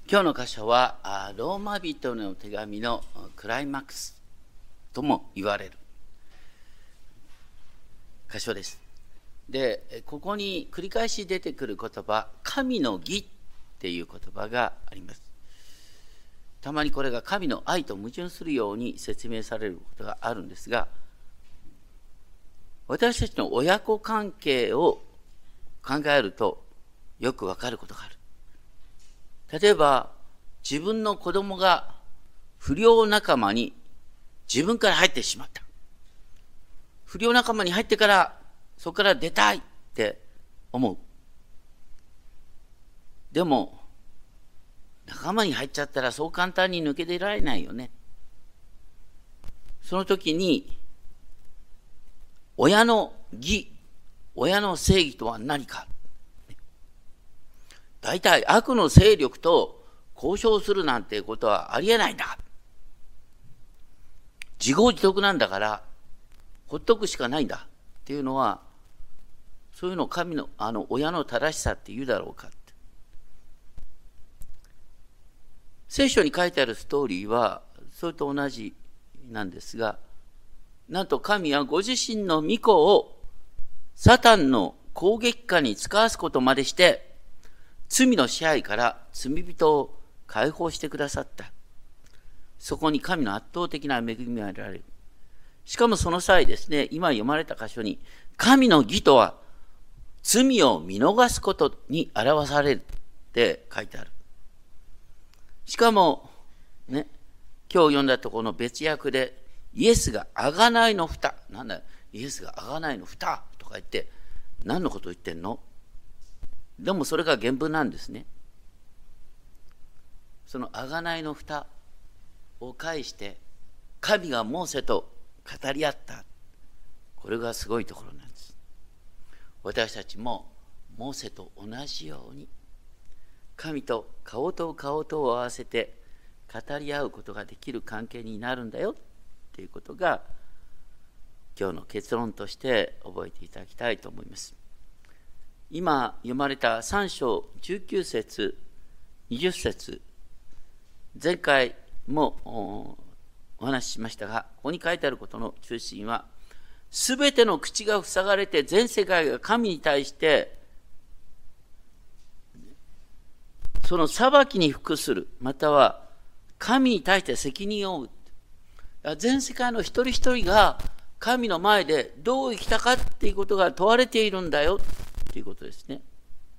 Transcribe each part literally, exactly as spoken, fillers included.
今日の箇所はローマ人の手紙のクライマックスとも言われる箇所です。で、ここに繰り返し出てくる言葉、神の義っていう言葉があります。たまにこれが神の愛と矛盾するように説明されることがあるんですが、私たちの親子関係を考えるとよくわかることがある。例えば、自分の子供が不良仲間に自分から入ってしまった。不良仲間に入ってからそこから出たいって思う。でも、仲間に入っちゃったらそう簡単に抜け出られないよね。その時に、親の義、親の正義とは何か。大体悪の勢力と交渉するなんてことはありえないんだ。自業自得なんだからほっとくしかないんだっていうのは、そういうのを神のあの親の正しさって言うだろうかって。聖書に書いてあるストーリーはそれと同じなんですが、なんと神はご自身の御子をサタンの攻撃下に使わすことまでして罪の支配から罪人を解放してくださった。そこに神の圧倒的な恵みが得られる。しかもその際ですね、今読まれた箇所に、神の義とは罪を見逃すことに表されるって書いてある。しかも、ね、今日読んだところの別訳で、イエスが贖いの蓋、なんだ、イエスが贖いの蓋とか言って、何のことを言ってんの？でもそれが原文なんですね。その贖いの蓋を介して神がモーセと語り合った。これがすごいところなんです。私たちもモーセと同じように神と顔と顔とを合わせて語り合うことができる関係になるんだよっていうことが今日の結論として覚えていただきたいと思います。今読まれたさん章じゅうきゅう節、にじゅう節、前回もお話ししましたが、ここに書いてあることの中心は、すべての口が塞がれて全世界が神に対してその裁きに服する、または神に対して責任を負う。全世界の一人一人が神の前でどう生きたかっていうことが問われているんだよということですね。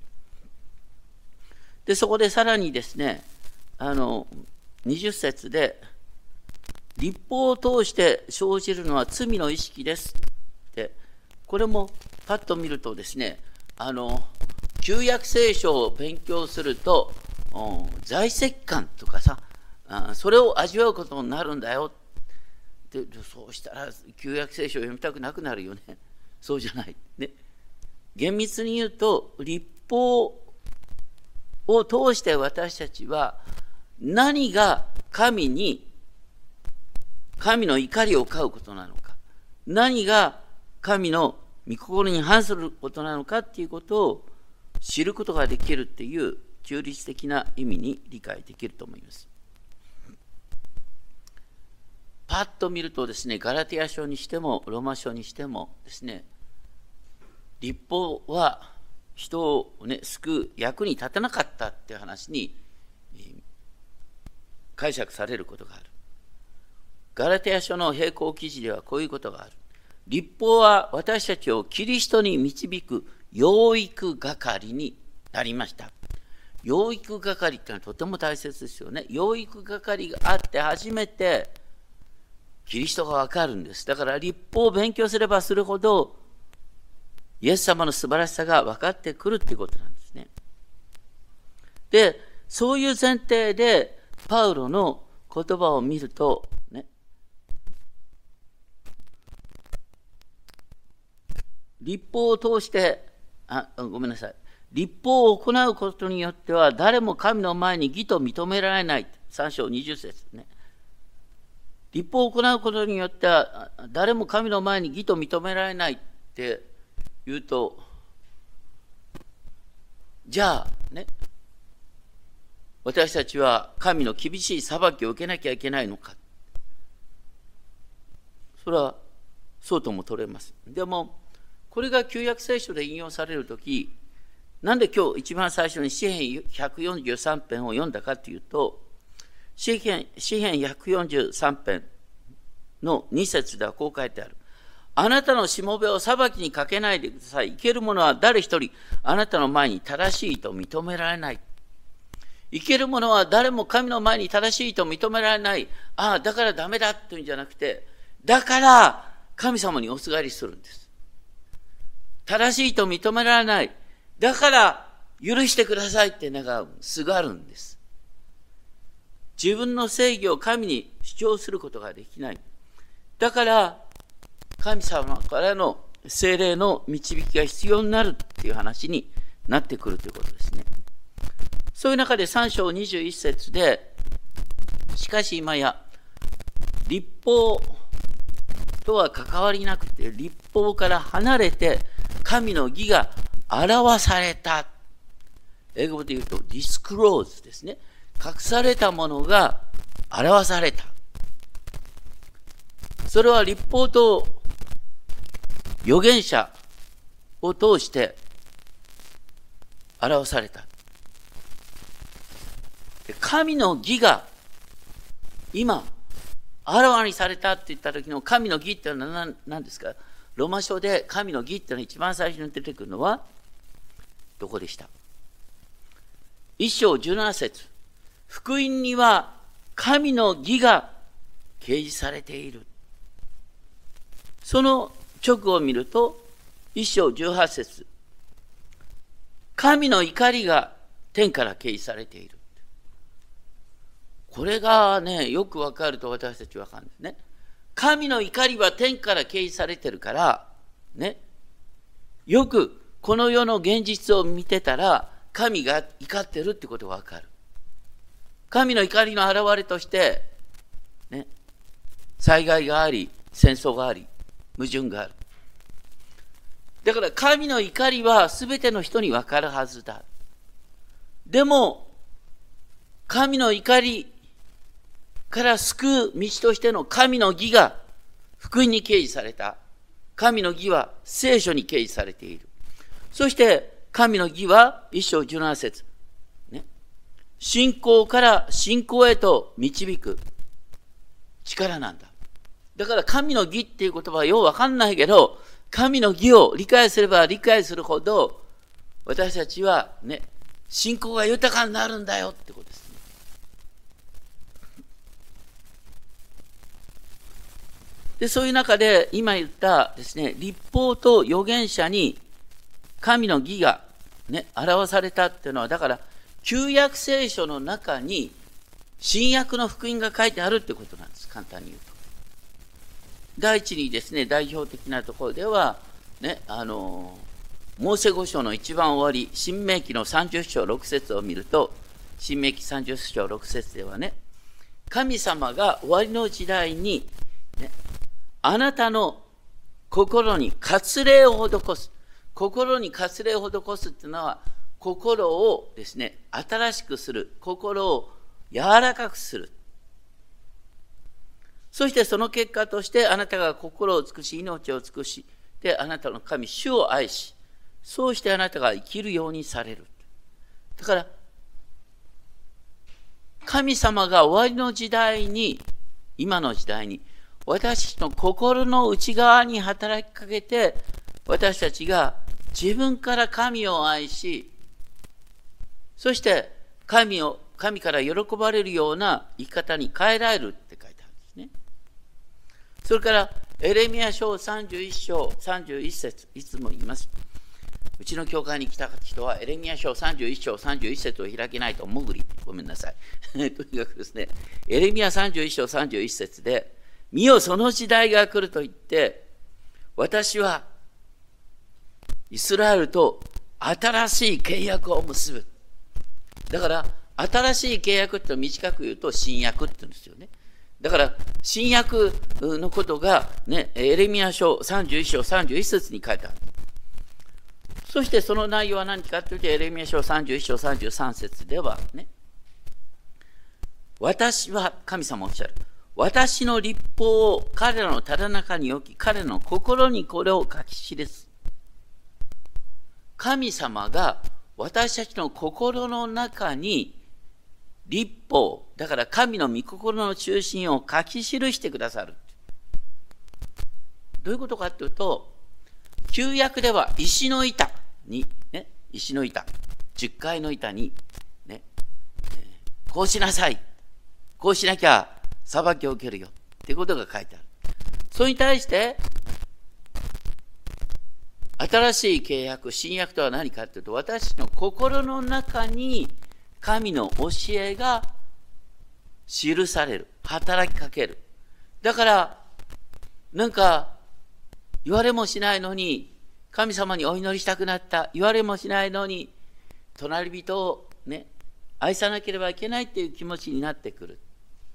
で、そこでさらにですね、あのにじゅう節で、律法を通して生じるのは罪の意識ですって、これもパッと見るとですね、あの旧約聖書を勉強すると罪責感とかさ、それを味わうことになるんだよって。そうしたら旧約聖書を読みたくなくなるよね。そうじゃないね。厳密に言うと、律法を通して私たちは何が神に神の怒りを買うことなのか、何が神の御心に反することなのかっていうことを知ることができるっていう中立的な意味に理解できると思います。パッと見るとですね、ガラテヤ書にしてもローマ書にしてもですね、律法は人を、ね、救う役に立たなかったっていう話に解釈されることがある。ガラテヤ書の並行記事ではこういうことがある。律法は私たちをキリストに導く養育係になりました。養育係ってのはとても大切ですよね。養育係があって初めてキリストがわかるんです。だから律法を勉強すればするほどイエス様の素晴らしさが分かってくるっていうことなんですね。で、そういう前提でパウロの言葉を見るとね、律法を通して、あ、ごめんなさい。律法を行うことによっては誰も神の前に義と認められない。さん章にじゅう節ね。律法を行うことによっては誰も神の前に義と認められないって言うと、じゃあね、 私たちは神の厳しい裁きを受けなきゃいけないのか。それはそうとも取れます。でも、これが旧約聖書で引用されるとき、なんで今日一番最初に詩編ひゃくよんじゅうさん編を読んだかというと、詩編、詩編ひゃくよんじゅうさん編のに節ではこう書いてある。あなたのしもべを裁きにかけないでください。生ける者は誰一人あなたの前に正しいと認められない。生ける者は誰も神の前に正しいと認められない。ああ、だからダメだというんじゃなくて、だから神様におすがりするんです。正しいと認められない。だから許してくださいって願う、すがるんです。自分の正義を神に主張することができない。だから神様からの聖霊の導きが必要になるっていう話になってくるということですね。そういう中でさん章にじゅういち節で、しかし今や律法とは関わりなくて、律法から離れて神の義が表された。英語で言うとディスクローズですね。隠されたものが表された。それは律法と預言者を通して表された。神の義が今あらわにされたって言った時の神の義ってのは何ですか。ローマ書で神の義ってのは一番最初に出てくるのはどこでした。一章じゅうなな節。福音には神の義が掲示されている。その直後を見ると一章じゅうはち節。神の怒りが天から掲示されている。これがね、よくわかると私たちわかるんですね。神の怒りは天から掲示されてるから、ね、よくこの世の現実を見てたら、神が怒ってるってことがわかる。神の怒りの表れとして、ね、災害があり、戦争があり、矛盾がある。だから神の怒りは全ての人にわかるはずだ。でも、神の怒りから救う道としての神の義が福音に掲示された。神の義は聖書に掲示されている。そして神の義は一章じゅうなな節、ね、信仰から信仰へと導く力なんだ。だから神の義っていう言葉はようわかんないけど、神の義を理解すれば理解するほど私たちはね、信仰が豊かになるんだよってことです。で、そういう中で今言ったですね、律法と預言者に神の義がね、表されたっていうのは、だから旧約聖書の中に新約の福音が書いてあるってことなんです。簡単に言うと。第一にですね、代表的なところでは、ね、あの、モーセ五書の一番終わり、新明記のさんじゅっ章ろく節を見ると、新明記さんじゅっ章ろく節ではね、神様が終わりの時代に、ね、あなたの心に割礼を施す。心に割礼を施すっていうのは、心をですね、新しくする。心を柔らかくする。そしてその結果として、あなたが心を尽くし、命を尽くし、で、あなたの神、主を愛し、そうしてあなたが生きるようにされる。だから、神様が終わりの時代に、今の時代に、私たちの心の内側に働きかけて、私たちが自分から神を愛し、そして神を、神から喜ばれるような生き方に変えられるって書いてあるんですね。それから、エレミヤ書さんじゅういち章さんじゅういち節、いつも言います。うちの教会に来た人は、エレミヤ書さんじゅういち章さんじゅういち節を開けないともぐり。ごめんなさい。とにかくですね、エレミヤさんじゅういち章さんじゅういち節で、見よその時代が来ると言って、私はイスラエルと新しい契約を結ぶ。だから、新しい契約って短く言うと新約って言うんですよね。だから、新約のことがね、エレミヤ書さんじゅういち章さんじゅういち節に書いてある。そしてその内容は何かというと、エレミヤ書さんじゅういち章さんじゅうさん節ではね、 私は、神様おっしゃる。私の律法を彼らのただ中に置き、彼らの心にこれを書き記す。神様が私たちの心の中に律法、だから神の御心の中心を書き記してくださる。どういうことかというと、旧約では石の板に、ね、石の板、十階の板に、ね、こうしなさい。こうしなきゃ裁きを受けるよ。っていうことが書いてある。それに対して、新しい契約、新約とは何かというと、私の心の中に神の教えが記される。働きかける。だから、なんか、言われもしないのに、神様にお祈りしたくなった。言われもしないのに、隣人をね、愛さなければいけないっていう気持ちになってくる。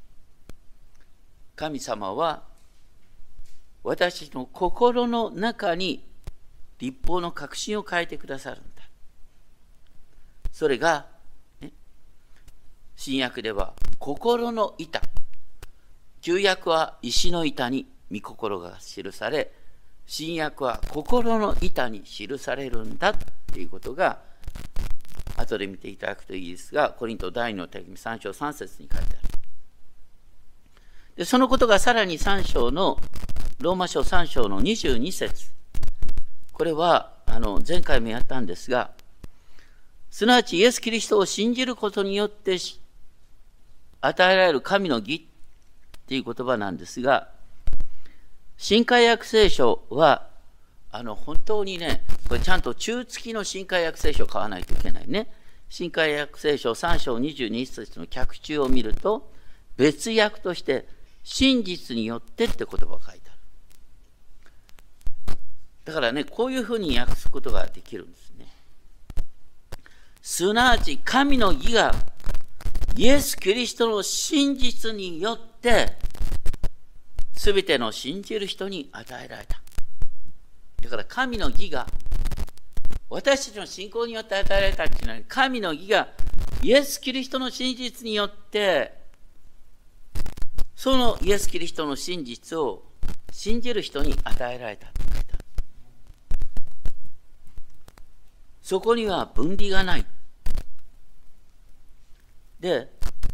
神様は、私の心の中に律法の確信を変えてくださるんだ。それが、ね、新約では心の板。旧約は石の板に御心が記され、新約は心の板に記されるんだっていうことが、後で見ていただくといいですが、コリント第二の手紙さん章さん節に書いてある。で、そのことがさらにさん章の、ローマ書さん章のにじゅうに節。これは、あの、前回もやったんですが、すなわちイエス・キリストを信じることによって与えられる神の義っていう言葉なんですが、新海訳聖書は、あの、本当にね、これちゃんと中付きの新海訳聖書を買わないといけないね。新海訳聖書さん章にじゅうに節の脚注を見ると、別訳として、真実によってって言葉が書いてある。だからね、こういうふうに訳すことができるんですね。すなわち、神の義が、イエス・キリストの真実によって、すべての信じる人に与えられた。だから神の義が、私たちの信仰によって与えられたっていうのは、神の義が、イエス・キリストの真実によって、そのイエス・キリストの真実を信じる人に与えられたと書いてある。そこには分離がない。で、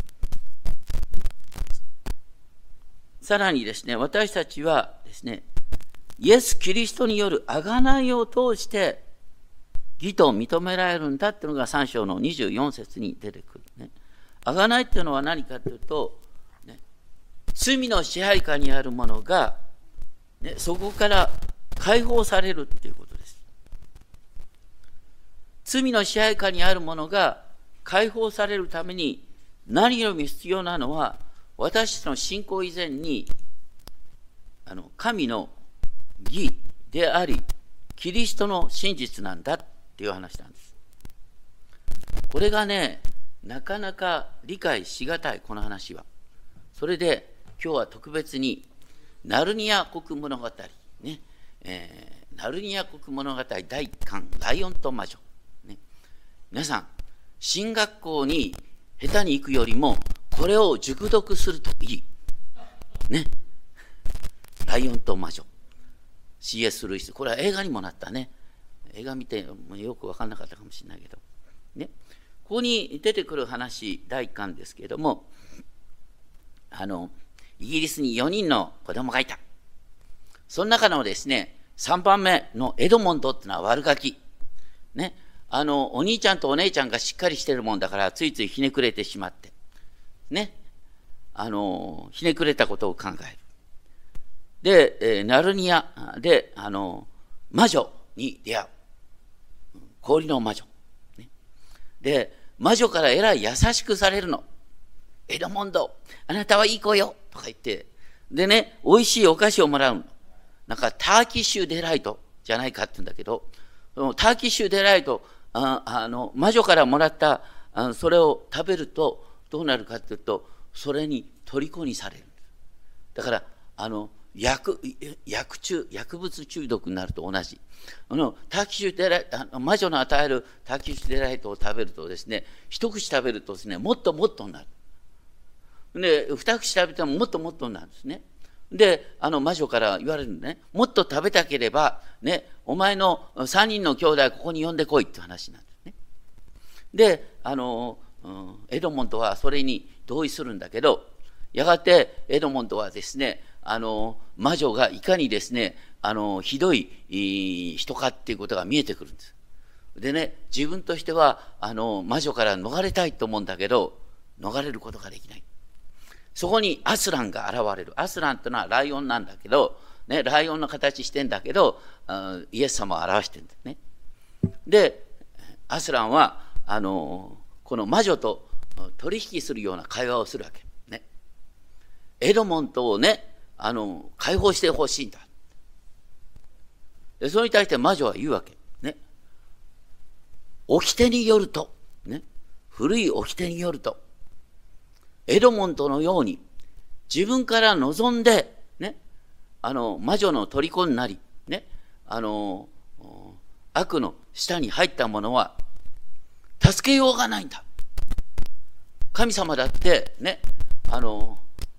さらにですね、私たちはですね、イエス・キリストによる贖いを通して義と認められるんだっていうのがさん章のにじゅうよん節に出てくるね。贖いっていうのは何かというと、罪の支配下にあるものが、ね、そこから解放されるっていうことです。罪の支配下にあるものが解放されるために何よりも必要なのは、私たちの信仰以前にあの神の義であり、キリストの真実なんだっていう話なんです。これがね、なかなか理解しがたい、この話は。それで今日は特別にナルニア国物語、ねえー、ナルニア国物語だいいっかん、ライオンと魔女、ね、皆さん進学校に下手に行くよりもこれを熟読するといいね。ライオンと魔女、 シーエス ルイス、これは映画にもなったね。映画見てよく分かんなかったかもしれないけどね。ここに出てくる話だいいっかんですけれども、あのイギリスによにんの子供がいた。その中のですね、さんばんめのエドモンドっていうのは悪ガキ。ね。あの、お兄ちゃんとお姉ちゃんがしっかりしてるもんだから、ついついひねくれてしまって。ね。あの、ひねくれたことを考える。で、えー、ナルニアで、あの、魔女に出会う。氷の魔女。ね。で、魔女からえらい優しくされるの。エドモンド、あなたはいい子よとか言って、でね、美味しいお菓子をもらうの。なんかターキッシュデライトじゃないかって言うんだけど、そのターキッシュデライト、ああの魔女からもらったあそれを食べるとどうなるかっていうと、それに虜にされる。だからあの薬薬中薬物中毒になると同じ。あのターキッシュデライト、魔女の与えるターキッシュデライトを食べるとですね、一口食べるとですね、もっともっとになる。 で、二口食べてももっともっとなんですね。で、あの魔女から言われるのね、もっと食べたければ、ね、お前の三人の兄弟ここに呼んでこいって話なんですね。で、あの、うん、エドモンドはそれに同意するんだけど、やがてエドモンドはですね、あの、魔女がいかにですね、あの、ひどい人かっていうことが見えてくるんです。でね、自分としては、あの、魔女から逃れたいと思うんだけど、逃れることができない。そこにアスランが現れる。アスランってのはライオンなんだけど、ね、ライオンの形してんだけど、イエス様を表してるんですね。で、アスランは、あの、この魔女と取引するような会話をするわけ。ね。エドモントをね、あの、解放してほしいんだ。で、それに対して魔女は言うわけ。ね。掟によると、ね。古い掟によると、エドモントのように自分から望んで、ね、あの魔女の虜になり、ね、あの悪の下に入った者は助けようがないんだ。神様だってね、あの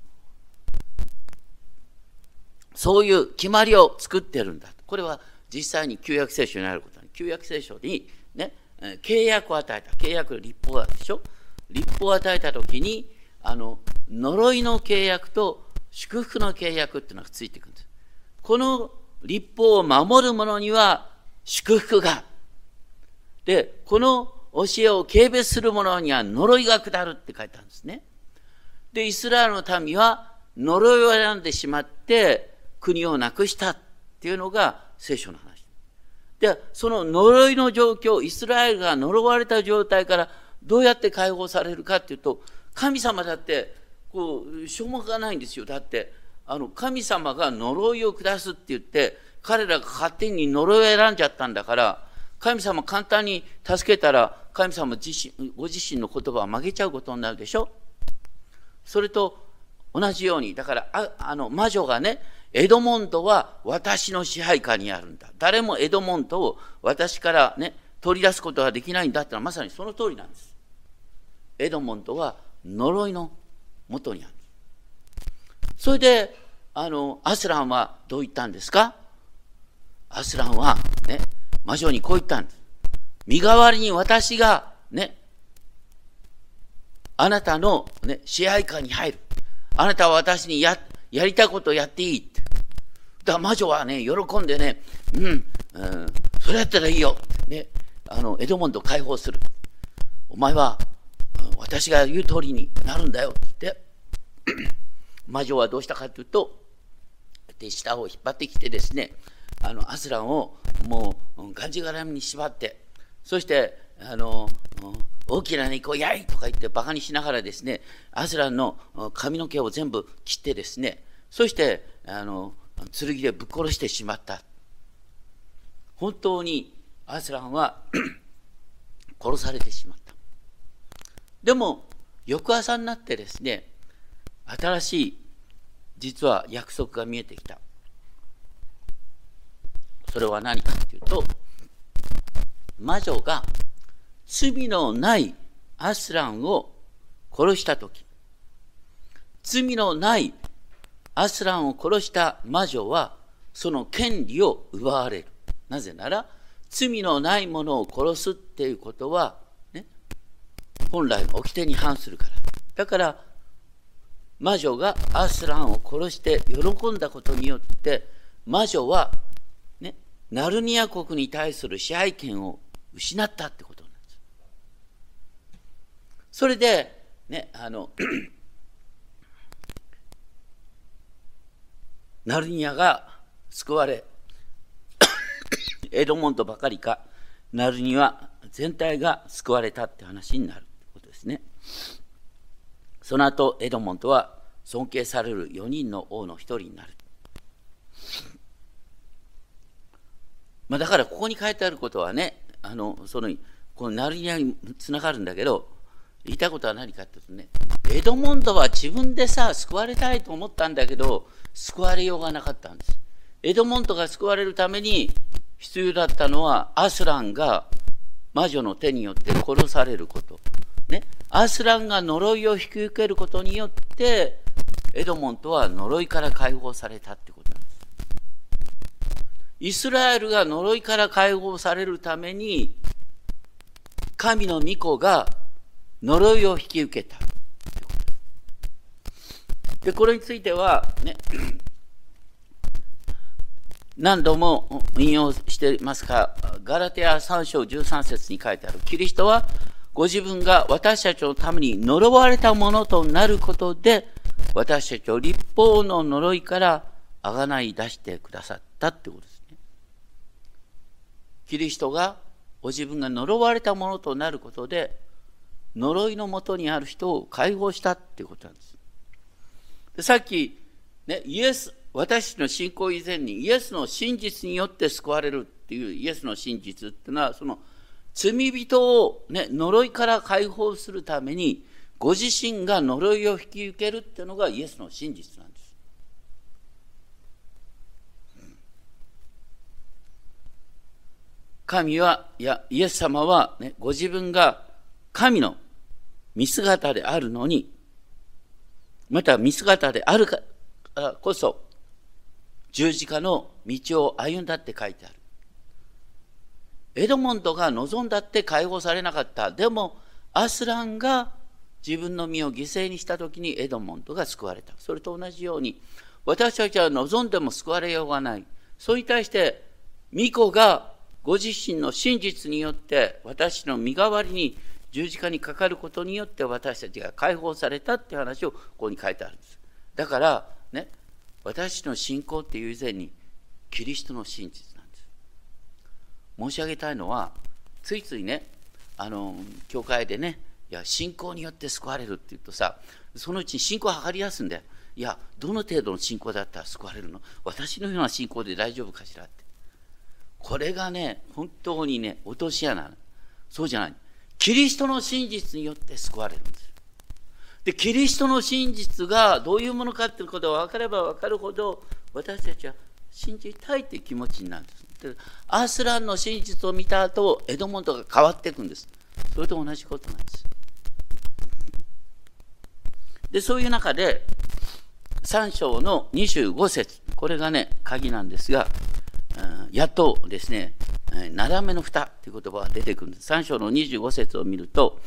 そういう決まりを作ってるんだ。これは実際に旧約聖書にあること。旧約聖書にね、契約を与えた。契約の立法だでしょ。立法を与えたときに、あの呪いの契約と祝福の契約っていうのがついてくるんです。この立法を守る者には祝福が、でこの教えを軽蔑する者には呪いが下るって書いてあるんですね。でイスラエルの民は呪いを選んでしまって国をなくしたっていうのが聖書の話で、その呪いの状況、イスラエルが呪われた状態からどうやって解放されるかっていうと、神様だってこうしょうもがないんですよ。だってあの神様が呪いを下すって言って彼らが勝手に呪いを選んじゃったんだから、神様簡単に助けたら神様自身ご自身の言葉を曲げちゃうことになるでしょ。それと同じように、だからああの魔女がね、エドモンドは私の支配下にあるんだ、誰もエドモンドを私からね取り出すことができないんだってのはまさにその通りなんです。エドモンドは呪いの元にある。それであのアスランはどう言ったんですか。アスランはね、魔女にこう言ったんです。身代わりに私がね、あなたの、ね、支配下に入る。あなたは私に や, やりたいことをやっていいって。だから魔女はね、喜んでね、うん、うん、それやったらいいよ。ね、あのエドモンドを解放する。お前は私が言う通りになるんだよって言って魔女はどうしたかというと、手下を引っ張ってきてですね、あのアスランをもうがんじがらみに縛って、そしてあの大きな猫やいとか言ってバカにしながらですね、アスランの髪の毛を全部切ってですね、そしてあの剣でぶっ殺してしまった。本当にアスランは殺されてしまった。でも翌朝になってですね、新しい実は約束が見えてきた。それは何かというと、魔女が罪のないアスランを殺したとき、罪のないアスランを殺した魔女はその権利を奪われる。なぜなら罪のないものを殺すっていうことはね、本来の掟に反するから。だから魔女がアスランを殺して喜んだことによって、魔女はね、ナルニア国に対する支配権を失ったってことなんです。それでね、あのナルニアが救われエドモンドばかりかナルニア全体が救われたって話になるってことですね。その後エドモンドは尊敬されるよにんの王の一人になる。まあ、だからここに書いてあることはね、あのそのこのナルニアにつながるんだけど、言いたいことは何かっていうとね、エドモンドは自分でさ救われたいと思ったんだけど救われようがなかったんです。エドモンドが救われるために必要だったのはアスランが魔女の手によって殺されること。 ね、アスランが呪いを引き受けることによって、エドモントは呪いから解放されたってことなんです。イスラエルが呪いから解放されるために、神の御子が呪いを引き受けた。で、これについては、ね、何度も引用していますが、ガラテヤさん章じゅうさん節に書いてある、キリストはご自分が私たちのために呪われたものとなることで、私たちを律法の呪いからあがない出してくださったってことですね。キリストがご自分が呪われたものとなることで、呪いのもとにある人を解放したってことなんです。でさっき、ね、イエス、私の信仰以前にイエスの真実によって救われるっていうイエスの真実っていうのは、その罪人を、ね、呪いから解放するために、ご自身が呪いを引き受けるっていうのがイエスの真実なんです。神は、いや、イエス様は、ね、ご自分が神の見姿であるのに、また見姿であるからこそ、十字架の道を歩んだって書いてある。エドモンドが望んだって解放されなかった。でも、アスランが自分の身を犠牲にしたときにエドモンドが救われた。それと同じように、私たちは望んでも救われようがない。それに対して、御子がご自身の真実によって、私の身代わりに十字架にかかることによって私たちが解放されたっていう話をここに書いてあるんです。だから、ね、私の信仰っていう以前に、キリストの真実なんです。申し上げたいのは、ついついね、あの、教会でね、いや、信仰によって救われるって言うとさ、そのうちに信仰を測り出すんだよ。いや、どの程度の信仰だったら救われるの？私のような信仰で大丈夫かしらって。これがね、本当にね、落とし穴なの。そうじゃない。キリストの真実によって救われるんです。で、キリストの真実がどういうものかっていうことが分かれば分かるほど、私たちは信じたいという気持ちになるんです。で、アースランの真実を見た後、エドモンドが変わっていくんです。それと同じことなんです。で、そういう中で、さん章のにじゅうご節、これがね、鍵なんですが、やっとですね、なだめの蓋という言葉が出てくるんです。さん章のにじゅうご節を見ると、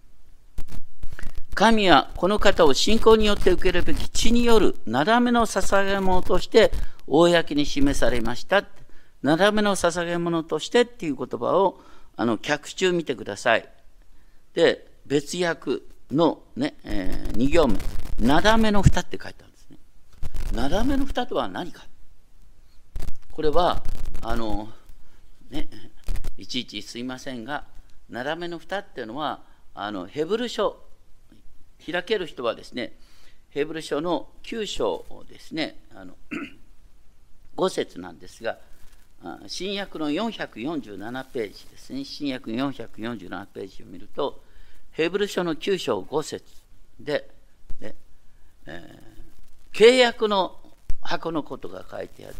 神はこの方を信仰によって受けるべき血によるなだめの捧げ物として公に示されました。なだめの捧げ物としてっていう言葉をあの脚注見てください。で、別訳のね、えー、に行目、なだめの蓋って書いてあるんですね。なだめの蓋とは何か。これは、あの、ね、いちいちすいませんが、なだめの蓋っていうのは、あのヘブル書、開ける人はですね、ヘブル書のきゅう章ですね、あのご節なんですが、新約のよんひゃくよんじゅうななページですね、新約よんひゃくよんじゅうななページを見ると、ヘブル書のきゅう章ご節で、ねえー、契約の箱のことが書いてあって、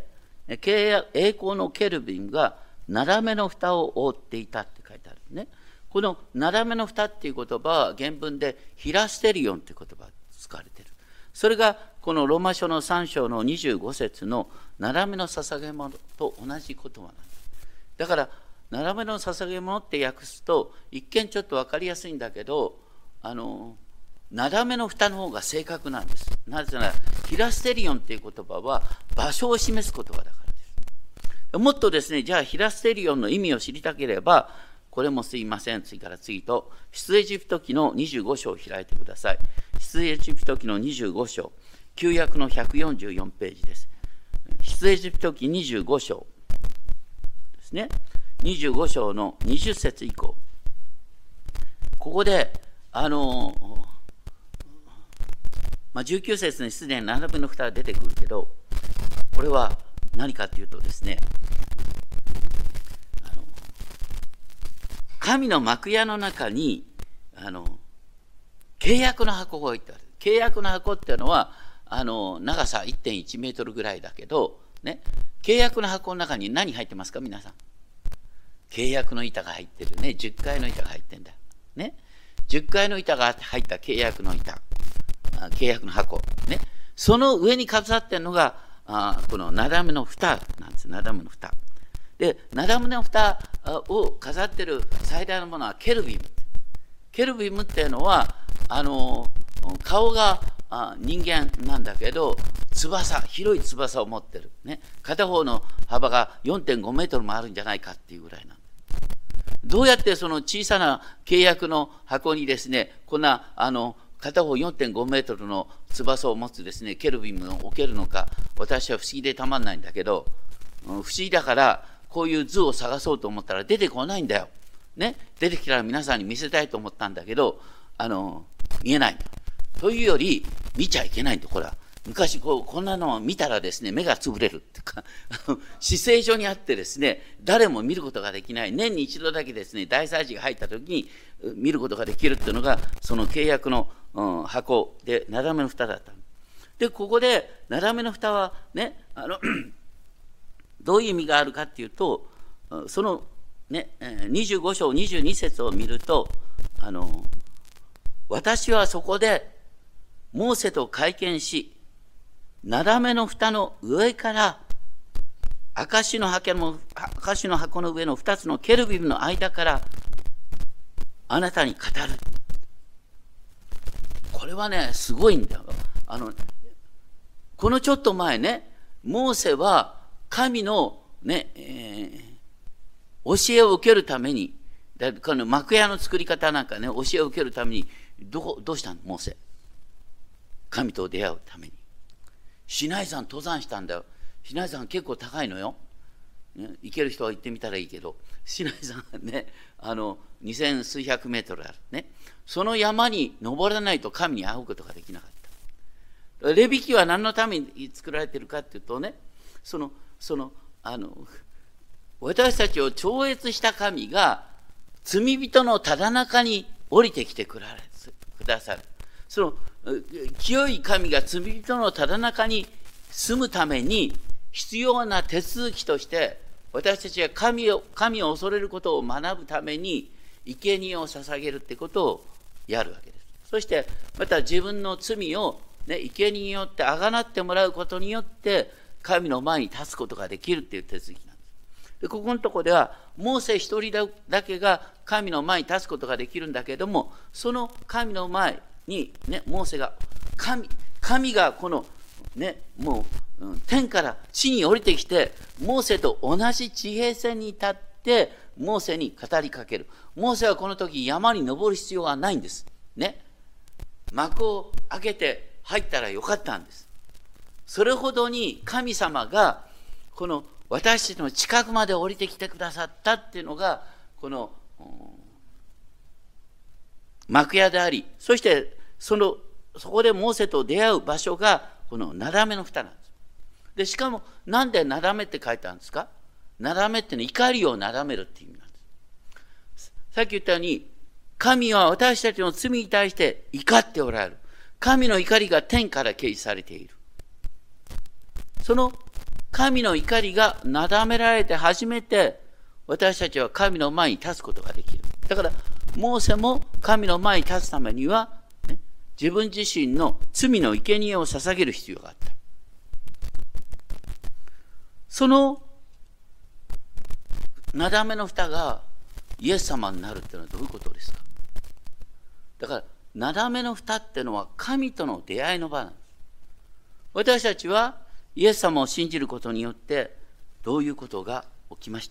契約栄光のケルビンがなだめの蓋を覆っていたって書いてあるね。このなだめの蓋っていう言葉は原文でヒラステリオンっていう言葉が使われている。それがこのローマ書のさん章のにじゅうご節のなだめの捧げ物と同じ言葉なんです。だからなだめの捧げ物って訳すと一見ちょっと分かりやすいんだけど、あのなだめの蓋の方が正確なんです。なぜならヒラステリオンっていう言葉は場所を示す言葉だからです。もっとですね、じゃあヒラステリオンの意味を知りたければ、これもすいません、次から次と出エジプト記のにじゅうご章を開いてください。出エジプト記のにじゅうご章、旧約のひゃくよんじゅうよんページです。出エジプト記にじゅうご章ですね。にじゅうご章のにじゅう節以降、ここであの、まあ、じゅうきゅう節にすでになだめの蓋が出てくるけど、これは何かというとですね、あの神の幕屋の中にあの契約の箱が置いてある。契約の箱っていうのはあの長さ いってんいちメートルぐらいだけど、ね、契約の箱の中に何入ってますか皆さん。契約の板が入ってるね。じゅっかいの板が入ってるんだ。ね。 じゅっかいの板が入った契約の板、契約の箱、ね、その上に飾ってるのが、あこのなだめの蓋なんです。なだめの蓋。で、なだめの蓋を飾ってる最大のものはケルビム。ケルビムっていうのは、あの、顔が人間なんだけど、翼、広い翼を持ってる。ね、片方の幅が よんてんごメートルもあるんじゃないかっていうぐらいなんです。どうやってその小さな契約の箱にですね、こんな、あの、片方 よんてんごメートルの翼を持つですね、ケルビムを置けるのか、私は不思議でたまんないんだけど、不思議だから、こういう図を探そうと思ったら出てこないんだよ。ね、出てきたら皆さんに見せたいと思ったんだけど、あの、見えないんだ。というより、見ちゃいけないんだ、これは。昔こう、こんなのを見たらですね、目が潰れるっていうか、死聖所にあってですね、誰も見ることができない、年に一度だけですね、大祭司が入った時に見ることができるっていうのが、その契約の、うん、箱で、なだめの蓋だった。で、ここで、なだめの蓋はね、あの、どういう意味があるかっていうと、その、ね、にじゅうご章にじゅうに節を見ると、あの、私はそこで、モーセと会見し、なだめの蓋の上から、証の箱の、証の箱の上の二つのケルビムの間から、あなたに語る。これはね、すごいんだよ。あの、このちょっと前ね、モーセは神のね、えー、教えを受けるために、だこの幕屋の作り方なんかね、教えを受けるために、ど, どうしたのモーセ。神と出会うために。シナイ山登山したんだよ。シナイ山結構高いのよ。ね、行ける人は行ってみたらいいけど、シナイ山ね、あの、二千数百メートルある。ね。その山に登らないと神に会うことができなかった。レビ記は何のために作られているかっていうとね、その、その、あの、私たちを超越した神が罪人のただ中に降りてきてくださる。その、清い神が罪人のただ中に住むために必要な手続きとして、私たちが神を、神を恐れることを学ぶために、生贄を捧げるってことをやるわけです。そして、また自分の罪を、ね、生贄によってあがなってもらうことによって、神の前に立つことができるっていう手続きなんです。で、ここのところでは、モーセ一人だけが神の前に立つことができるんだけれども、その神の前に、ね、モーセが、神、神がこの、ね、もう、うん、天から地に降りてきて、モーセと同じ地平線に立って、モーセに語りかける。モーセはこの時山に登る必要はないんです。ね。幕を開けて入ったらよかったんです。それほどに神様が、この私たちの近くまで降りてきてくださったっていうのが、この、幕屋であり、そして、その、そこでモーセと出会う場所が、このなだめの蓋なんです。で、しかも、なんでなだめって書いてあるんですか？なだめってのは怒りをなだめるっていう意味なんです。さっき言ったように、神は私たちの罪に対して怒っておられる。神の怒りが天から掲示されている。その神の怒りがなだめられて初めて、私たちは神の前に立つことができる。だから、モーセも神の前に立つためには、ね、自分自身の罪の生贄を捧げる必要があった。そのなだめの蓋がイエス様になるっていうのはどういうことですか？だから、なだめの蓋っていうのは神との出会いの場なんです。私たちはイエス様を信じることによってどういうことが起きました？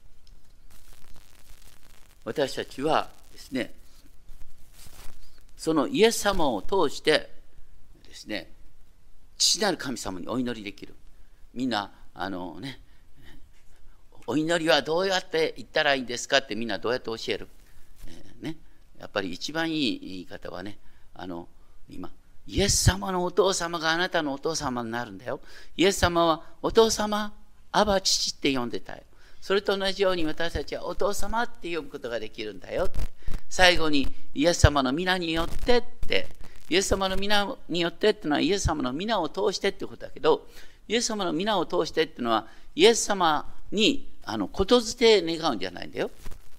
私たちはですね、そのイエス様を通してですね、父なる神様にお祈りできる。みんな、あのね、お祈りはどうやって言ったらいいんですかってみんなどうやって教える、えーね、やっぱり一番いい言い方はね、あの、今、イエス様のお父様があなたのお父様になるんだよ。イエス様はお父様、アバ父って呼んでたよ。それと同じように私たちはお父様って呼ぶことができるんだよ。最後にイエス様の皆によってって、イエス様の皆によってっていうのはイエス様の皆を通してってことだけど、イエス様の皆を通してっていうのはイエス様にあのことづて願うんじゃないんだよ。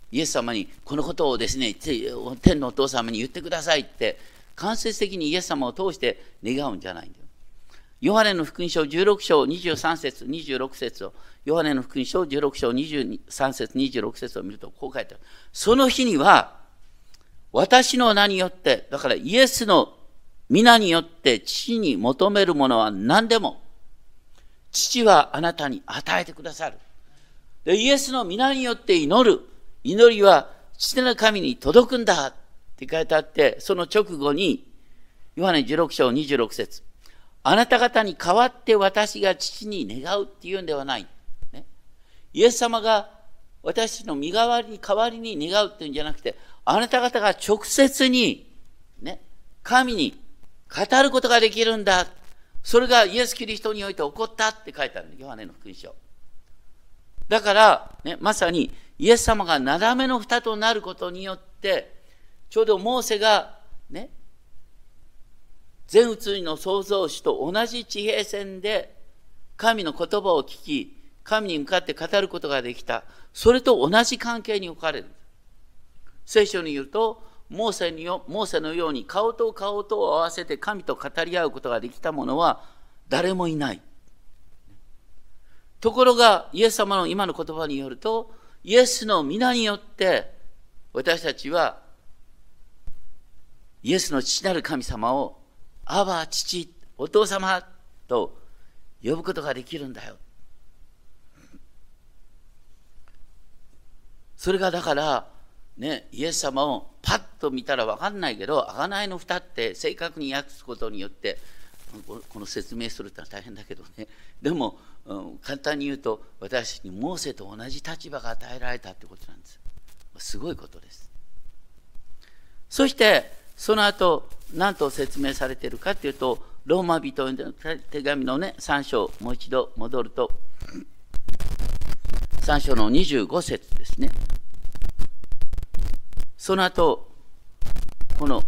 イエス様にこのことをですね、天のお父様に言ってくださいって間接的にイエス様を通して願うんじゃないんだよ。ヨハネの福音書じゅうろく章にじゅうさん節にじゅうろく節を、ヨハネの福音書じゅうろく章にじゅうさん節にじゅうろく節を見るとこう書いてある。その日には私の名によって、だからイエスの皆によって父に求めるものは何でも父はあなたに与えてくださる。でイエスの皆によって祈る祈りは父の神に届くんだって書いてあって、その直後にヨハネじゅうろく章にじゅうろく節、あなた方に代わって私が父に願うっていうんではない、ね、イエス様が私の身代わりに代わりに願うっていうんじゃなくて、あなた方が直接に、ね、神に語ることができるんだ。それがイエス・キリストにおいて起こったって書いてあるんです。ヨハネの福音書。だから、ね、まさにイエス様がなだめの蓋となることによって、ちょうどモーセが、ね、全宇宙の創造主と同じ地平線で神の言葉を聞き、神に向かって語ることができた。それと同じ関係に置かれる。聖書に言うと、モーセによ、モーセのように顔と顔とを合わせて神と語り合うことができた者は誰もいない。ところが、イエス様の今の言葉によると、イエスの皆によって私たちはイエスの父なる神様をアバ父、お父様と呼ぶことができるんだよ。それがだからね、イエス様をパッと見たら分かんないけど、贖いの蓋って正確に訳すことによってこの説明するってのは大変だけどね、でも、うん、簡単に言うと私にモーセと同じ立場が与えられたってことなんです。すごいことです。そしてその後何と説明されているかというと、ローマ人への手紙のねさん章、もう一度戻るとさん章のにじゅうご節ですね。その後この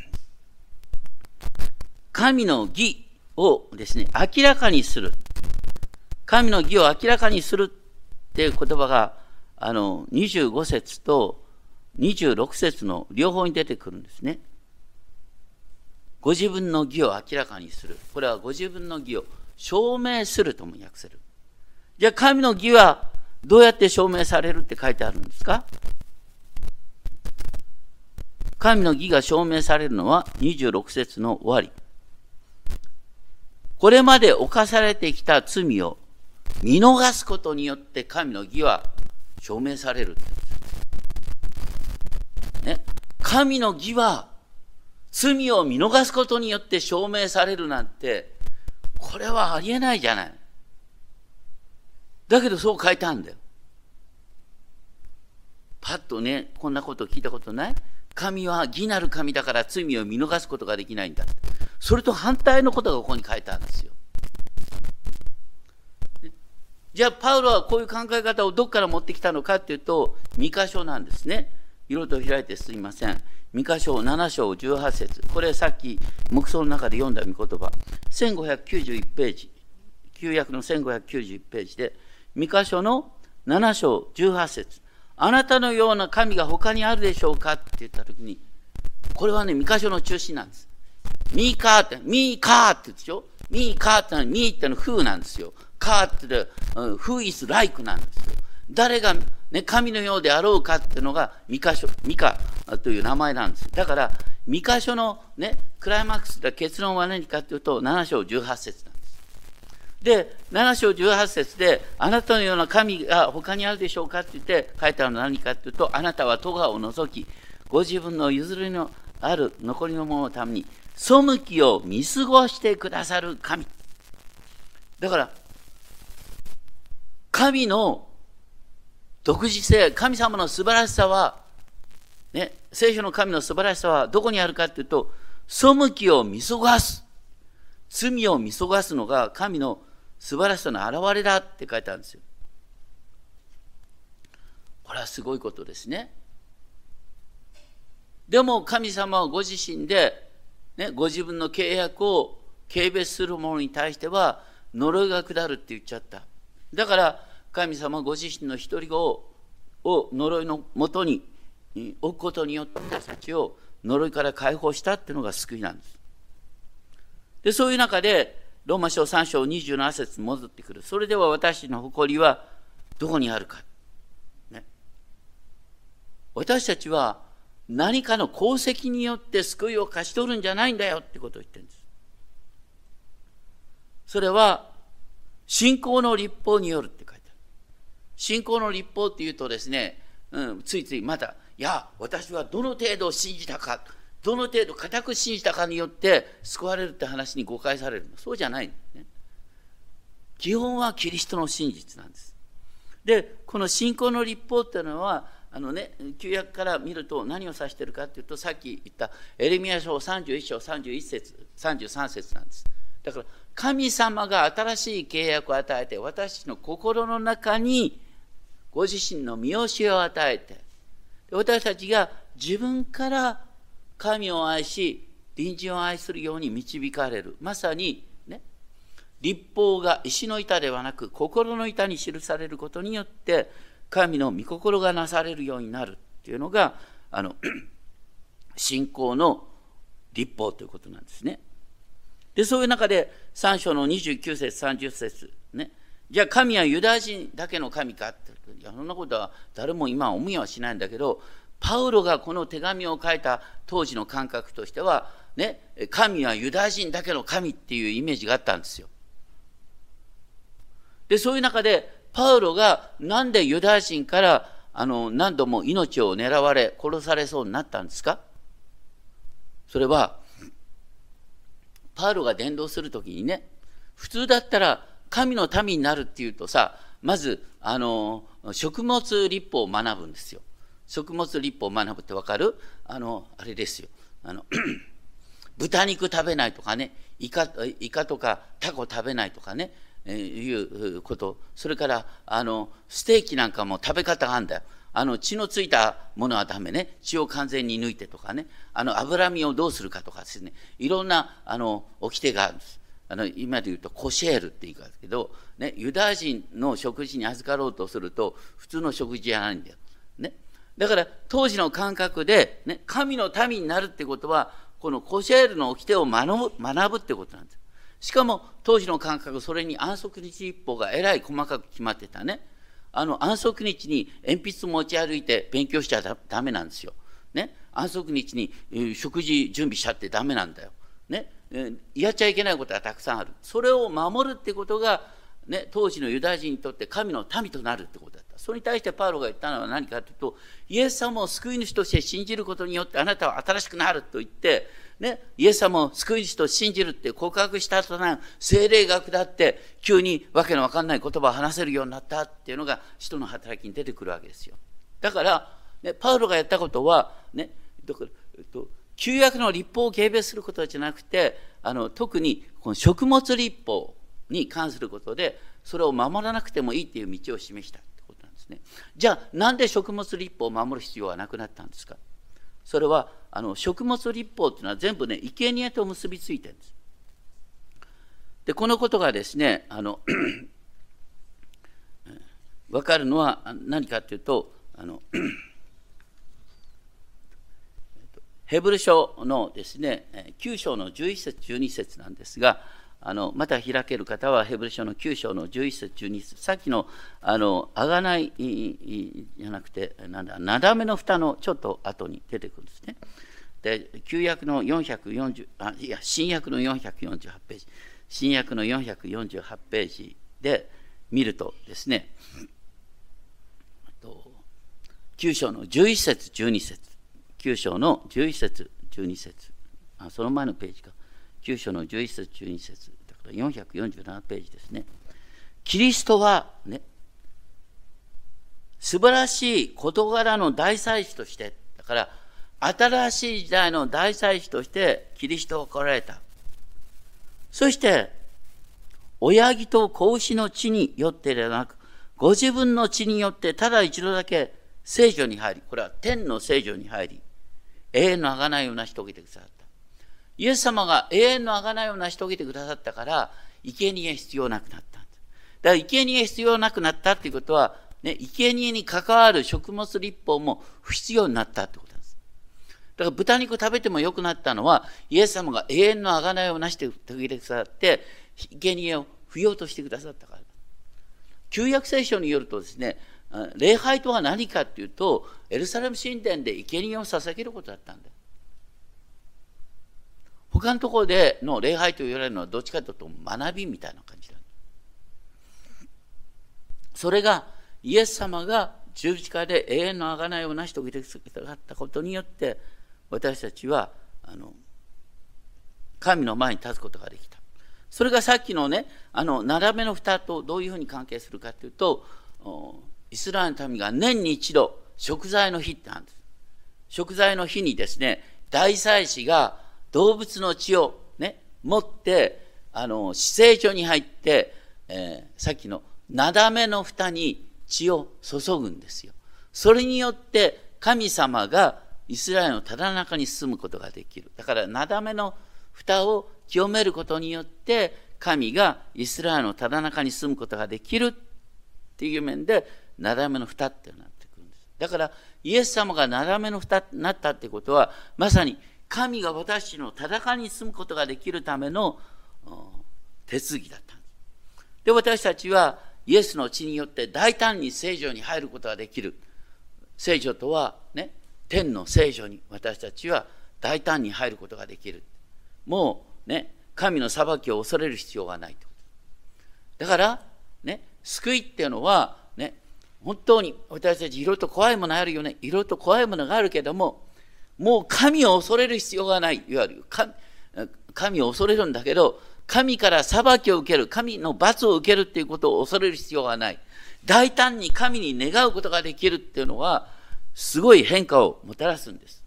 神の義をですね明らかにする、神の義を明らかにするっていう言葉があのにじゅうご節とにじゅうろく節の両方に出てくるんですね。ご自分の義を明らかにする、これはご自分の義を証明するとも訳せる。じゃあ神の義はどうやって証明されるって書いてあるんですか？神の義が証明されるのはにじゅうろく節の終わり。これまで犯されてきた罪を見逃すことによって神の義は証明される。ね、神の義は罪を見逃すことによって証明されるなんて、これはありえないじゃない。だけどそう書いてあるんだよ。パッとね、こんなこと聞いたことない？神は義なる神だから罪を見逃すことができないんだ。それと反対のことがここに書いてあるんですよ。じゃあパウロはこういう考え方をどこから持ってきたのかっていうと、ミカ書なんですね。色と開いてすみません。ミカ書なな章じゅうはち節。これさっき黙想の中で読んだ御言葉。せんごひゃくきゅうじゅういちページ。旧約のせんごひゃくきゅうじゅういちページで、ミカ書のなな章じゅうはち節。あなたのような神が他にあるでしょうかって言ったときに、これはね、ミカ書の中心なんです。ミーカーって、ミーカーって言うでしょ。ミーカーってのは、ミーってのは風なんですよ。カーってのは、who is like なんですよ。誰が、ね、神のようであろうかっていうのがミカ書、ミカという名前なんです。だから、ミカ書のね、クライマックスで結論は何かというと、なな章じゅうはち節なんです。で、なな章じゅうはち節で、あなたのような神が他にあるでしょうかって言って書いてあるのは何かというと、あなたは咎を除き、ご自分の譲りのある残りのもののために、背きを見過ごしてくださる神。だから、神の独自性、神様の素晴らしさは、ね、聖書の神の素晴らしさはどこにあるかというと、背きを見過ごす。罪を見過ごすのが神の素晴らしさの表れだって書いてあるんですよ。これはすごいことですね。でも神様はご自身で、ね、ご自分の契約を軽蔑する者に対しては呪いが下るって言っちゃった。だから神様ご自身の一人子をを呪いのもとに置くことによって私たちを呪いから解放したっていうのが救いなんです。で、そういう中でローマ書さん章にじゅうなな節に戻ってくる。それでは私の誇りはどこにあるか、ね、私たちは何かの功績によって救いを勝ち取るんじゃないんだよってことを言ってるんです。それは信仰の律法によるって書いてある。信仰の律法っていうとですね、うん、ついついまた、いや、私はどの程度信じたか、どの程度固く信じたかによって救われるって話に誤解される。そうじゃないんですね。基本はキリストの真実なんです。で、この信仰の律法っていうのは、あのね、旧約から見ると何を指しているかというと、さっき言ったエレミヤ書さんじゅういち章さんじゅういち節、さんじゅうさん節なんです。だから神様が新しい契約を与えて、私の心の中にご自身の見教えを与えて、私たちが自分から神を愛し、隣人を愛するように導かれる。まさにね、律法が石の板ではなく心の板に記されることによって、神の御心がなされるようになるっていうのが、あの信仰の律法ということなんですね。で、そういう中でさん章のにじゅうきゅう節さんじゅう節ね、じゃあ神はユダヤ人だけの神かって、いやそんなことは誰も今は思いはしないんだけど、パウロがこの手紙を書いた当時の感覚としてはね、神はユダヤ人だけの神っていうイメージがあったんですよ。で、そういう中でパウロがなんでユダヤ人からあの何度も命を狙われ殺されそうになったんですか？それはパウロが伝道するときにね、普通だったら神の民になるっていうとさ、まずあの食物律法を学ぶんですよ。食物律法を学ぶってわかる？あのあれですよ。あの豚肉食べないとかね、イカ、イカとかタコ食べないとかね、えー、いうこと。それからあのステーキなんかも食べ方があるんだよ。あの血のついたものはダメね。血を完全に抜いてとかね。あの脂身をどうするかとかですね。いろんなあの掟があるんです。あの今で言うとコシェールって言いますけど、ね、ユダヤ人の食事に預かろうとすると普通の食事じゃないんだよ。ね。だから当時の感覚で、ね、神の民になるってことはこのコシェールの掟を学ぶ、学ぶってことなんです。しかも当時の感覚、それに安息日律法がえらい細かく決まってたね。あの安息日に鉛筆持ち歩いて勉強しちゃダメなんですよ。ね、安息日に、えー、食事準備しちゃってダメなんだよ。ね、えー、やっちゃいけないことがたくさんある。それを守るってことが、ね、当時のユダヤ人にとって神の民となるってことだった。それに対してパウロが言ったのは何かというと、イエス様を救い主として信じることによってあなたは新しくなると言って、ね、イエス様を救い主と信じるって告白した後の聖霊が下って急にわけのわかんない言葉を話せるようになったっていうのが使徒の働きに出てくるわけですよ。だから、ね、パウロがやったことは、ね、だからえっと、旧約の律法を軽蔑することじゃなくて、あの特にこの食物律法に関することでそれを守らなくてもいいっていう道を示したってことなんですね。じゃあなんで食物律法を守る必要はなくなったんですか？それはあの食物律法っていうのは全部ね生贄と結びついてるんです。でこのことがですねあの分かるのは何かというとあのヘブル書のですねきゅう章のじゅういち節じゅうに節なんですが、あのまた開ける方はヘブル書のきゅう章のじゅういち節じゅうに節、さっきのあのあがないじゃなくてなんだなだめの蓋のちょっと後に出てくるんですね。で旧約のよんひゃくよんじゅうあいや新約のよんひゃくよんじゅうはちページ新約のよんひゃくよんじゅうはちページで見るとですねきゅう章のじゅういち節じゅうに節きゅう章のじゅういち節じゅうに節あその前のページかきゅう章のじゅういち節じゅうに節だからよんひゃくよんじゅうななページですね。キリストはね素晴らしい事柄の大祭司としてだから新しい時代の大祭司としてキリストを来られた。そして親木と子牛の血によってではなくご自分の血によってただ一度だけ聖所に入り、これは天の聖所に入り永遠の贖いを成し遂げてくださった。イエス様が永遠の贖いを成し遂げてくださったから生贄必要なくなったんです。だから生贄必要なくなったっていうことはね、生贄に関わる食物立法も不必要になったってことなんです。だから豚肉食べてもよくなったのは、イエス様が永遠の贖いをなして遂げてくださって、生贄を不要としてくださったから。旧約聖書によるとですね、礼拝とは何かっていうと、エルサレム神殿で生贄を捧げることだったんだよ。他のところでの礼拝と言われるのはどっちかというと学びみたいな感じなんだ。それがイエス様が十字架で永遠の贖いを成し遂げてくださったことによって、私たちはあの神の前に立つことができた。それがさっきのね、あの斜めの蓋とどういうふうに関係するかというと、イスラエルの民が年に一度贖罪の日ってあるんです。贖罪の日にですね、大祭司が動物の血をね持ってあの至聖所に入って、えー、さっきのなだめの蓋に血を注ぐんですよ。それによって神様がイスラエルのただ中に住むことができる。だからなだめの蓋を清めることによって神がイスラエルのただ中に住むことができるっていう面でなだめの蓋ってなってくるんです。だからイエス様がなだめの蓋になったってことは、まさに神が私のただ中に住むことができるための手続きだったんです。で、私たちはイエスの血によって大胆に聖所に入ることができる。聖所とはね、天の聖所に私たちは大胆に入ることができる。もうね、神の裁きを恐れる必要がないと。だからね、救いっていうのはね、本当に私たちいろいろと怖いものあるよね。いろいろと怖いものがあるけども、もう神を恐れる必要がない。いわゆる 神, 神を恐れるんだけど、神から裁きを受ける、神の罰を受けるっていうことを恐れる必要がない。大胆に神に願うことができるっていうのは、すごい変化をもたらすんです。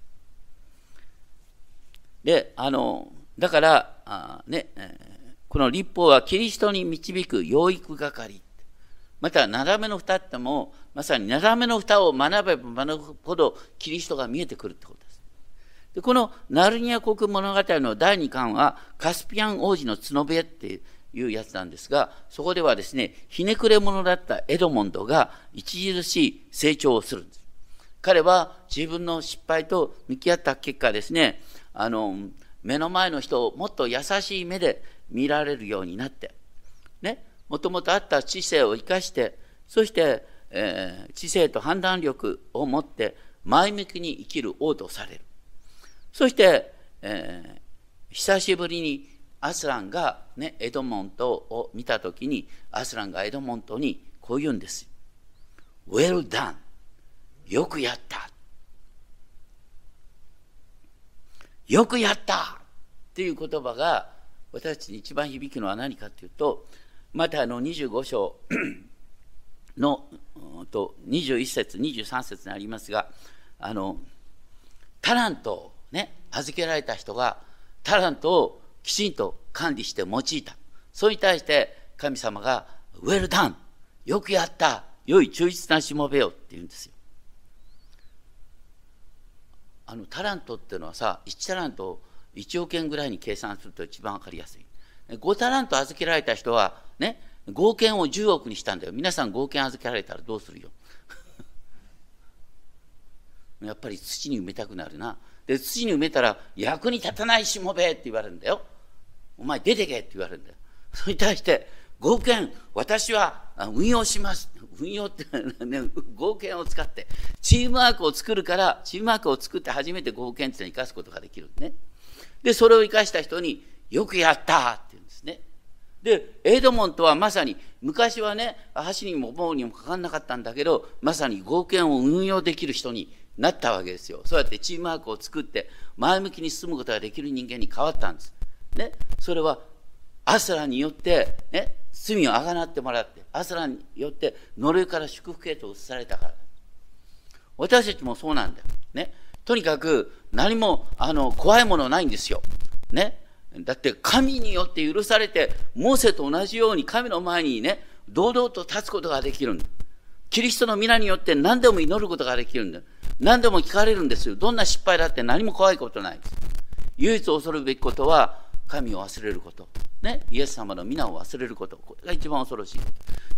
で、あの、だから、あね、この律法はキリストに導く養育係。また、なだめの蓋っても、まさになだめの蓋を学べば学ぶほどキリストが見えてくるってことです。で、このナルニア国物語のだいにかんはカスピアン王子の角笛っていうやつなんですが、そこではですね、ひねくれ者だったエドモンドが著しい成長をするんです。彼は自分の失敗と向き合った結果ですね、あの目の前の人をもっと優しい目で見られるようになって、ね、もともとあった知性を生かして、そして、えー、知性と判断力を持って前向きに生きる王とされる。そして、えー、久しぶりにアスランが、ね、エドモントを見たときに、アスランがエドモントにこう言うんです。Well done。よくやった。よくやったっていう言葉が私たちに一番響くのは何かというと、またあのにじゅうご章のとにじゅういっ節、にじゅうさん節にありますが、あのタラントをね、預けられた人がタラントをきちんと管理して用いた。それに対して神様が「Well done！ よくやった！良い忠実なしもべよ」って言うんですよ。あのタラントっていうのはさ、いちタラントをいちおくえんぐらいに計算すると一番わかりやすい。ごタラント預けられた人はね、合計をじゅうおくにしたんだよ。皆さん合計預けられたらどうするよ。やっぱり土に埋めたくなるな。で、土に埋めたら役に立たないしもべって言われるんだよ。お前出てけって言われるんだよ。それに対して合憲私は運用します。運用って、ね、合憲を使ってチームワークを作るから、チームワークを作って初めて合憲っていうのを生かすことができるんですね。で、それを生かした人によくやったって言うんですね。で、エドモントはまさに昔はね、箸にも棒にもかかんなかったんだけど、まさに合憲を運用できる人になったわけですよ。そうやってチームワークを作って前向きに進むことができる人間に変わったんです。ね、それはアスラによって、ね、罪をあがなってもらって、アスラによって呪いから祝福へと移されたから。私たちもそうなんだよ。ね、とにかく何もあの怖いものないんですよ。ね、だって神によって許されて、モーセと同じように神の前にね、堂々と立つことができるんだ。キリストの皆によって何でも祈ることができるんだ。何でも聞かれるんですよ。どんな失敗だって何も怖いことないです。唯一恐るべきことは神を忘れること。ね、イエス様の皆を忘れること。これが一番恐ろしい。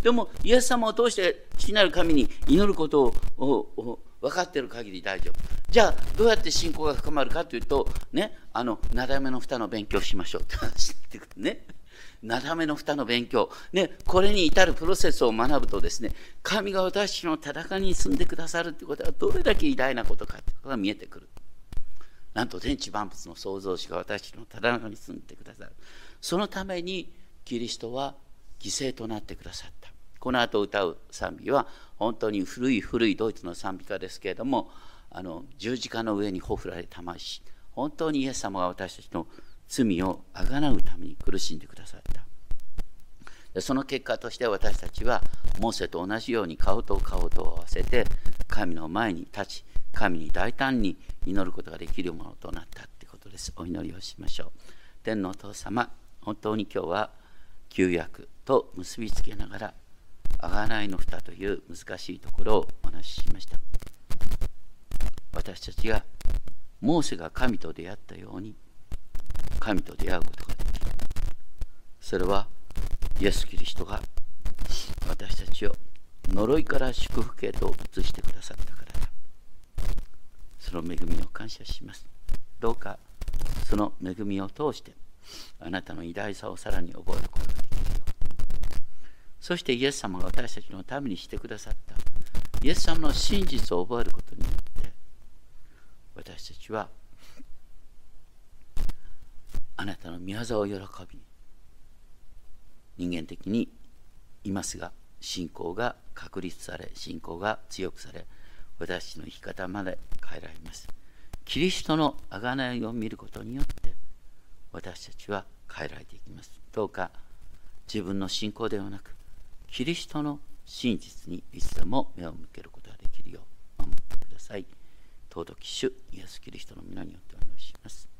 でもイエス様を通して父なる神に祈ることを分かっている限り大丈夫。じゃあどうやって信仰が深まるかというとね、あのなだめの蓋の勉強しましょうって話になってくるね。なだめの蓋の勉強、ね、これに至るプロセスを学ぶとですね、神が私の戦いに住んでくださるということはどれだけ偉大なことかということが見えてくる。なんと天地万物の創造主が私の戦いに住んでくださる。そのためにキリストは犠牲となってくださった。この後歌う賛美は本当に古い古いドイツの賛美歌ですけれども、あの十字架の上にほふられたまし、本当にイエス様が私たちの罪をあがなうために苦しんでくださった。でその結果として私たちはモーセと同じように顔と顔とを合わせて神の前に立ち、神に大胆に祈ることができるものとなったということです。お祈りをしましょう。天のお父様、本当に今日は旧約と結びつけながら贖いの蓋という難しいところをお話ししました。私たちがモーセが神と出会ったように神と出会うことができる。それはイエス・キリストが私たちを呪いから祝福へと移してくださったからだ。その恵みを感謝します。どうかその恵みを通してあなたの偉大さをさらに覚えることができるよう。そしてイエス様が私たちのためにしてくださったイエス様の真実を覚えることによって私たちはあなたの御業を喜び、人間的にいますが信仰が確立され、信仰が強くされ、私の生き方まで変えられます。キリストの贖いを見ることによって私たちは変えられていきます。どうか自分の信仰ではなくキリストの真実にいつでも目を向けることができるよう守ってください。尊き主イエス・キリストの皆によってお祈りします。